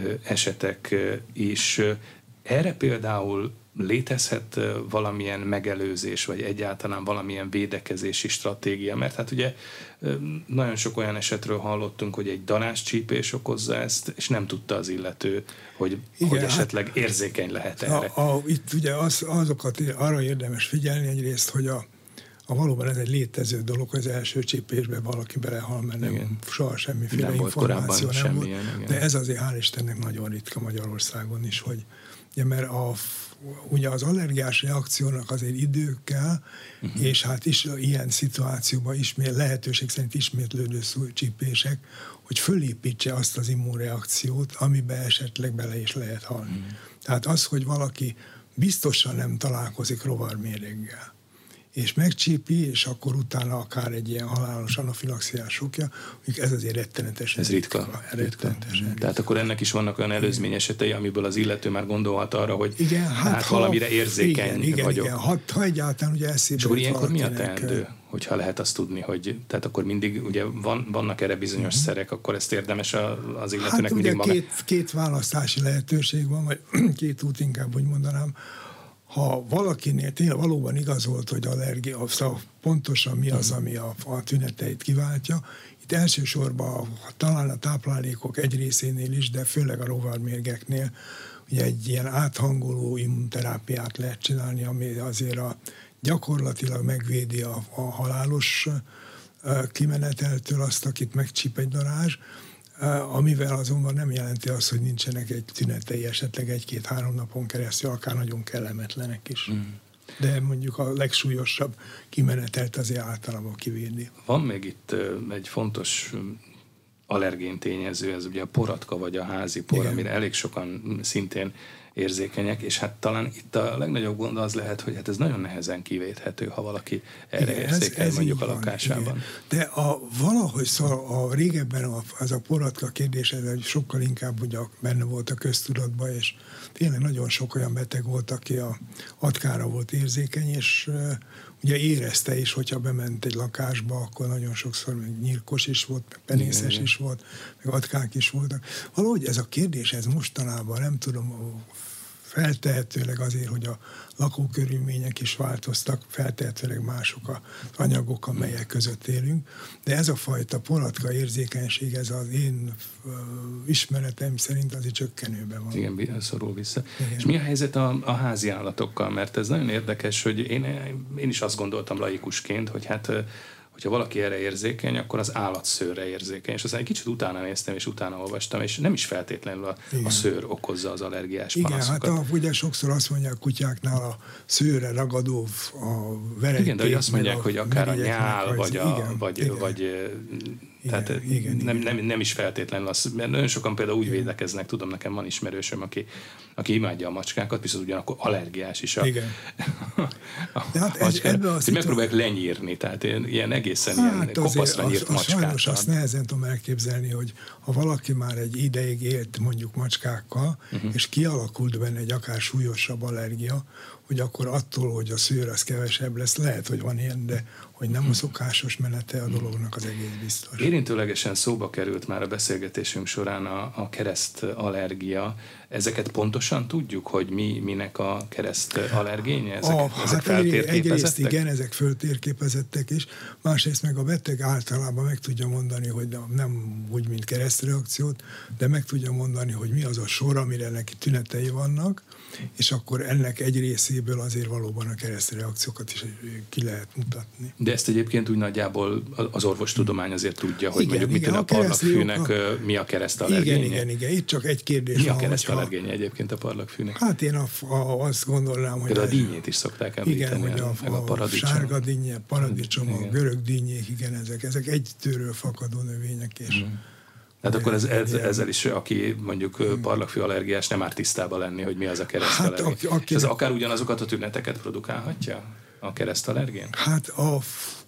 esetek is. Erre például létezhet valamilyen megelőzés, vagy egyáltalán valamilyen védekezési stratégia, mert hát ugye nagyon sok olyan esetről hallottunk, hogy egy darázscsípés okozza ezt, és nem tudta az illető, hogy, igen, hogy esetleg hát érzékeny lehet erre. A, a, itt ugye az, azokat arra érdemes figyelni egyrészt, hogy a, a valóban ez egy létező dolog, az első csípésben valaki belehal, mert nem, igen. soha semmiféle nem információ volt nem semmilyen, volt. igen. De ez azért hál' Istennek nagyon ritka Magyarországon is, hogy ugye, mert a ugye az allergiás reakciónak azért idő kell, uh-huh. és hát is ilyen szituációban ismét, lehetőség szerint ismétlődő csípések, hogy fölépítse azt az immunreakciót, amiben esetleg bele is lehet halni. Uh-huh. Tehát az, hogy valaki biztosan nem találkozik rovarméreggel, és megcsípi, és akkor utána akár egy ilyen halálos anafilaxiás sokja, ez azért rettenetesen ez ritka. ritka. Rettenetesen ritka. Tehát akkor ennek is vannak olyan előzmény esetei, amiből az illető már gondolhat arra, hogy igen, hát, hát valamire érzékeny igen, igen, vagyok. Igen, ha, ha egyáltalán ugye eszébe. És akkor ilyenkor mi a teendő, hogyha lehet azt tudni, hogy tehát akkor mindig ugye van, vannak erre bizonyos uh-huh. szerek, akkor ezt érdemes az illetőnek hát mindig ugye maga... két, két választási lehetőség van, vagy két út inkább, úgy mondanám. Ha valakinél tényleg valóban igazolt, hogy allergia, szóval pontosan mi az, ami a, a tüneteit kiváltja, itt elsősorban a, talán a táplálékok egy részénél is, de főleg a rovarmérgeknél ugye egy ilyen áthangoló immunterápiát lehet csinálni, ami azért a, gyakorlatilag megvédi a, a halálos kimeneteltől azt, akit megcsíp egy darázs, amivel azonban nem jelenti azt, hogy nincsenek egy tünetei, esetleg egy-két-három napon keresztül, akár nagyon kellemetlenek is. Mm. De mondjuk a legsúlyosabb kimenetelt azért általában kivédni. Van még itt egy fontos allergén tényező, ez ugye a poratka vagy a házi por, igen. amire elég sokan szintén érzékenyek, és hát talán itt a legnagyobb gond az lehet, hogy hát ez nagyon nehezen kivéthető, ha valaki erre igen, érzékeny ez, ez mondjuk a lakásában. Van, de a, valahogy szóval a régebben a, az a poratka kérdés, ez sokkal inkább ugye benne volt a köztudatban, és tényleg nagyon sok olyan beteg volt, aki a atkára volt érzékeny, és uh, ugye érezte is, hogyha bement egy lakásba, akkor nagyon sokszor meg nyírkos is volt, meg penészes igen, is volt, meg atkák is voltak. Valahogy ez a kérdés, ez mostanában, nem tudom, feltehetőleg azért, hogy a lakókörülmények is változtak, feltehetőleg mások az anyagok, amelyek között élünk, de ez a fajta poratka érzékenység, ez az én uh, ismeretem szerint azért csökkenőben van. Igen, szorul vissza. Igen. És mi a helyzet a, a házi állatokkal? Mert ez nagyon érdekes, hogy én, én is azt gondoltam laikusként, hogy hát hogyha valaki erre érzékeny, akkor az állatszőrre érzékeny. És aztán egy kicsit utána néztem, és utána olvastam, és nem is feltétlenül a, a szőr okozza az allergiás igen, panaszokat. Igen, hát a, ugye sokszor azt mondják a kutyáknál a szőrre ragadó a vereték. Igen, de hogy azt mondják, hogy akár a nyál, vagy, a, igen, vagy, igen. vagy igen, tehát igen, nem, igen. Nem, nem is feltétlenül az, mert nagyon sokan például úgy igen. védekeznek, tudom, nekem van ismerősöm, aki, aki imádja a macskákat, viszont ugyanakkor allergiás is a, igen. a, a hát macska, hogy megpróbálják lenyírni, tehát ilyen egészen hát ilyen kopaszra nyírt macskát. Sajnos azt nehezen tudom elképzelni, hogy ha valaki már egy ideig élt mondjuk macskákkal, uh-huh. és kialakult benne egy akár súlyosabb allergia, hogy akkor attól, hogy a szőr az kevesebb lesz, lehet, hogy van ilyen, de hogy nem a szokásos menete a dolognak, az egész biztos. Érintőlegesen szóba került már a beszélgetésünk során a, a kereszt allergia. Ezeket pontosan tudjuk, hogy mi minek a kereszt allergénye? Ezek, a, ezek hát egyrészt igen, ezek föltérképezettek is, másrészt meg a beteg általában meg tudja mondani, hogy nem úgy, mint keresztreakciót, de meg tudja mondani, hogy mi az a sor, amire neki tünetei vannak, és akkor ennek egy részéből azért valóban a keresztreakciókat is ki lehet mutatni. De ezt egyébként úgy nagyjából az orvostudomány azért tudja, hogy igen, mondjuk igen, mit a, a parlagfűnek a... mi a keresztallergénye. Igen, igen, igen, itt csak egy kérdés. Mi a keresztallergénye egyébként a parlagfűnek? Hát én a, a, azt gondolnám, hogy... De a dinnyét is szokták említeni. Igen, hogy a, a, a sárga dinnye, paradicsom, igen. a görög dinnyék, igen, ezek, ezek egy tőről fakadó növények, és... Mm. Tehát akkor ez, ez, ezzel is, aki mondjuk parlagfű allergiás, nem árt tisztában lenni, hogy mi az a keresztallergén. Hát, aki, ez akár ugyanazokat a tüneteket produkálhatja a keresztallergén? Hát a,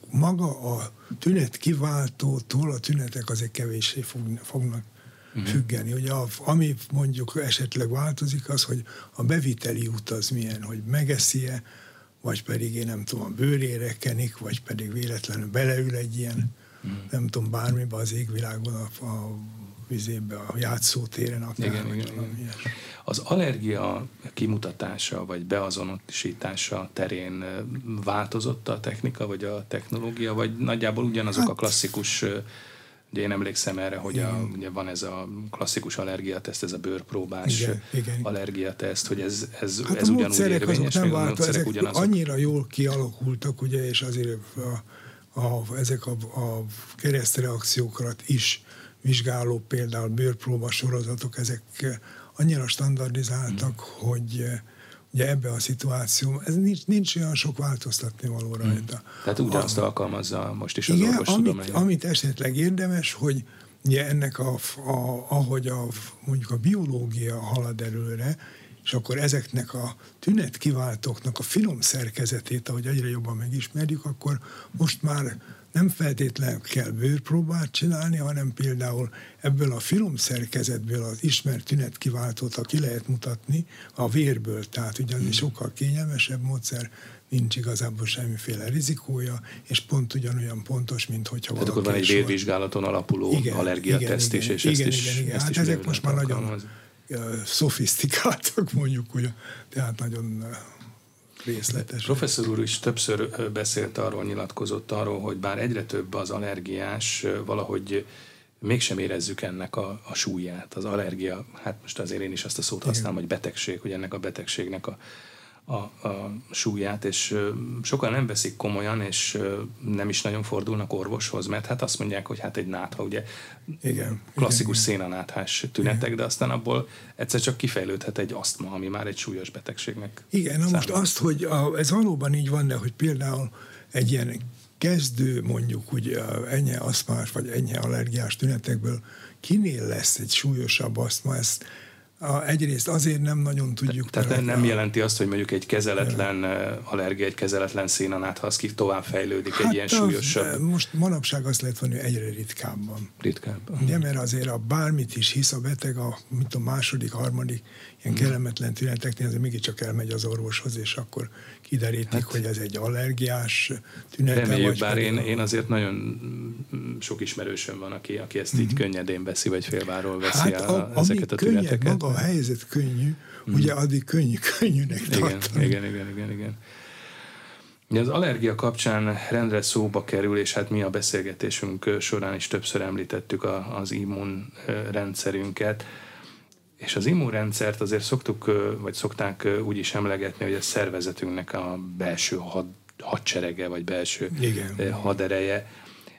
maga a tünet kiváltótól a tünetek azért kevéssé fognak uh-huh. függeni. Ugye a, ami mondjuk esetleg változik az, hogy a beviteli út az milyen, hogy megeszi-e, vagy pedig én nem tudom, a bőrére kenik, vagy pedig véletlenül beleül egy ilyen Mm. nem tudom, bármibe az égvilágon, a, a vizébe, a játszótéren akár. Igen, igen, igen. Az allergia kimutatása, vagy beazonosítása terén változott a technika, vagy a technológia, vagy nagyjából ugyanazok hát, a klasszikus, ugye én emlékszem erre, hogy a, ugye van ez a klasszikus allergiateszt, ez a bőrpróbás igen, igen. allergiateszt, hogy ez, ez, hát ez ugyanúgy érvényes, nem a módszerek ugyanazok. Annyira jól kialakultak, ugye, és azért a A, ezek a, a keresztreakciókat is vizsgáló például bőrpróba sorozatok, ezek annyira standardizáltak, mm. hogy ugye ebbe a szituáció, ez nincs, nincs olyan sok változtatni való rajta. Mm. Tehát ugyanazt a, alkalmazza most is az igen, orvostudomány. Amit, amit esetleg érdemes, hogy ugye ennek a, a, ahogy a, mondjuk a biológia halad előre, és akkor ezeknek a tünetkiváltóknak a finom szerkezetét, ahogy egyre jobban megismerjük, akkor most már nem feltétlenül kell bőrpróbát csinálni, hanem például ebből a finom szerkezetből az ismert tünetkiváltót, ha ki lehet mutatni a vérből, tehát ugye az egy sokkal kényelmesebb módszer, nincs igazából semmiféle rizikója, és pont ugyanolyan pontos, mint hogyha valaki... Tehát akkor van egy vérvizsgálaton alapuló igen, allergiateszt is, és igen, ezt is, igen, igen. Ezt hát is ezek most már nagyon szofisztikáltak, mondjuk, ugye, tehát nagyon részletes. Professzor úr is többször beszélt arról, nyilatkozott arról, hogy bár egyre több az allergiás, valahogy mégsem érezzük ennek a, a súlyát. Az allergia, hát most azért én is azt a szót használom, hogy betegség, hogy ennek a betegségnek a A, a súlyát, és sokan nem veszik komolyan, és nem is nagyon fordulnak orvoshoz, mert hát azt mondják, hogy hát egy nátha, ugye igen, klasszikus igen, szénanáthás tünetek, igen. de aztán abból egyszer csak kifejlődhet egy asztma, ami már egy súlyos betegségnek igen, na most azt, hogy a, ez valóban így van, de hogy például egy ilyen kezdő, mondjuk úgy enyhe asztmás, vagy enyhe allergiás tünetekből kinél lesz egy súlyosabb asztma, ezt A, egyrészt azért nem nagyon tudjuk. Te, tehát nem a... jelenti azt, hogy mondjuk egy kezeletlen allergia, egy kezeletlen szénanát, ha az ki tovább fejlődik, hát egy ilyen súlyosabb... Most manapság azt lehet mondani, hogy egyre ritkábban. Ritkábban. Ugye, mert azért a bármit is hisz a beteg, a, mint a második, harmadik ilyen hmm. kellemetlen tüneteknél, azért mégiscsak elmegy az orvoshoz, és akkor kiderítik, hát, hogy ez egy allergiás tünete. Reméljük, bár én, a... én azért nagyon sok ismerősöm van, aki, aki ezt így hmm. könnyedén veszi, vagy félváról veszi hát el a, ezeket a tüneteket. Maga a helyzet könnyű, hmm. ugye addig könnyű, könnyűnek tartani. Igen, igen, igen, igen. Az allergia kapcsán rendre szóba kerül, és hát mi a beszélgetésünk során is többször említettük a, az immunrendszerünket, és az immunrendszert azért szoktuk, vagy szokták úgy is emlegetni, hogy a szervezetünknek a belső had, hadserege, vagy belső igen. hadereje.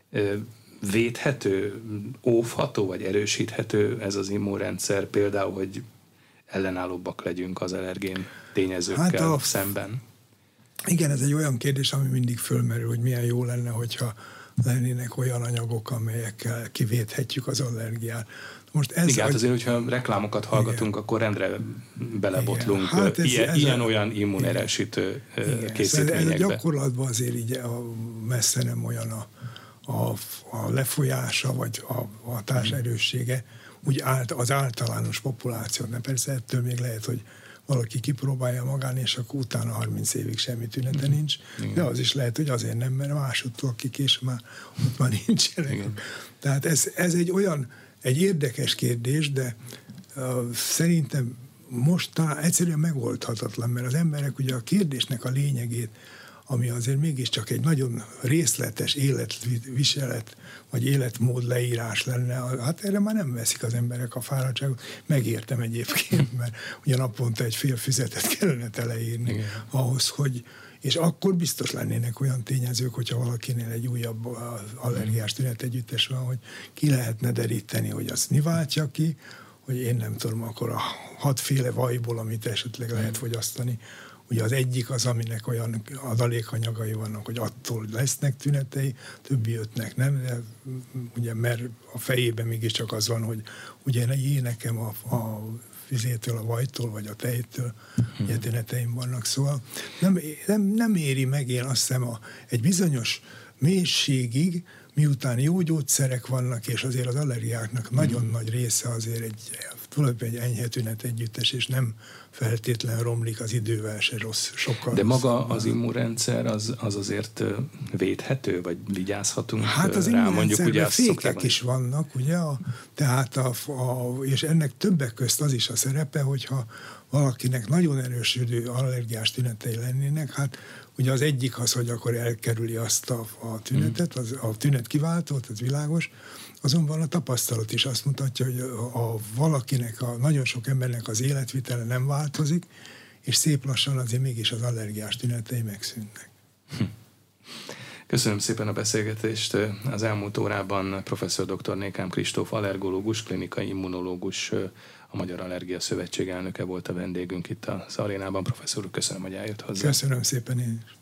Védhető, óvható, vagy erősíthető ez az immunrendszer, például, hogy ellenállóbbak legyünk az allergén tényezőkkel hát a... szemben? Igen, ez egy olyan kérdés, ami mindig fölmerül, hogy milyen jó lenne, hogyha lennének olyan anyagok, amelyekkel kivédhetjük az allergiát. Most ez igen, hát azért, hogyha reklámokat hallgatunk, igen. akkor rendre belebotlunk hát ez, ilyen, ez ilyen-olyan immunerősítő készítményekbe. Ez a gyakorlatban azért így a, messze nem olyan a, a, a lefolyása, vagy a hatás erőssége, úgy ált, az általános populáció. De persze ettől még lehet, hogy valaki kipróbálja magán, és akkor utána harminc évig semmi tünete mm. nincs. Igen. De az is lehet, hogy azért nem, mert másodtól kikés már ott már nincsenek. Igen. Tehát ez, ez egy olyan, egy érdekes kérdés, de uh, szerintem most talán egyszerűen megoldhatatlan, mert az emberek ugye a kérdésnek a lényegét, ami azért mégiscsak egy nagyon részletes életviselet, vagy életmód leírás lenne, hát erre már nem veszik az emberek a fáradtságot. Megértem egyébként, mert ugye naponta egy fél füzetet kellene teleírni igen. ahhoz, hogy, és akkor biztos lennének olyan tényezők, hogyha valakinél egy újabb allergiás tünet együttes van, hogy ki lehetne deríteni, hogy azt mi váltja ki, hogy én nem tudom, akkor a hatféle vajból, amit esetleg lehet fogyasztani, ugye az egyik az, aminek olyan adalékanyagai vannak, hogy attól lesznek tünetei, többi ötnek nem, de ugye mert a fejében mégiscsak az van, hogy ugye én nekem a, a fizétől, a vajtól, vagy a tejtől hmm. ugye tüneteim vannak, szóval nem, nem, nem éri meg én azt hiszem a, egy bizonyos mélységig, miután jó gyógyszerek vannak, és azért az allergiáknak hmm. nagyon nagy része azért egy tulajdonképpen egy enyhe tünet együttes, és nem feltétlenül romlik az idővel se rossz, sokkal. De maga rosszabb. Az immunrendszer az, az azért védhető, vagy vigyázhatunk hát az rá? Mondjuk ugye fékek is vannak, ugye? A, tehát a, a, és ennek többek közt az is a szerepe, hogyha valakinek nagyon erősödő allergiás tünetei lennének, hát ugye az egyik az, hogy akkor elkerüli azt a, a tünetet, az, a tünet kiváltót, ez világos, azonban a tapasztalat is azt mutatja, hogy a, a valakinek, a nagyon sok embernek az életvitele nem változik, és szép lassan azért mégis az allergiás tünetei megszűnnek. Köszönöm szépen a beszélgetést. Az elmúlt órában professzor dr. Nékám Kristóf allergológus, klinikai immunológus, a Magyar Allergia Szövetség elnöke volt a vendégünk itt az arénában. Professzor úr, köszönöm, hogy eljött hozzá. Köszönöm szépen én is.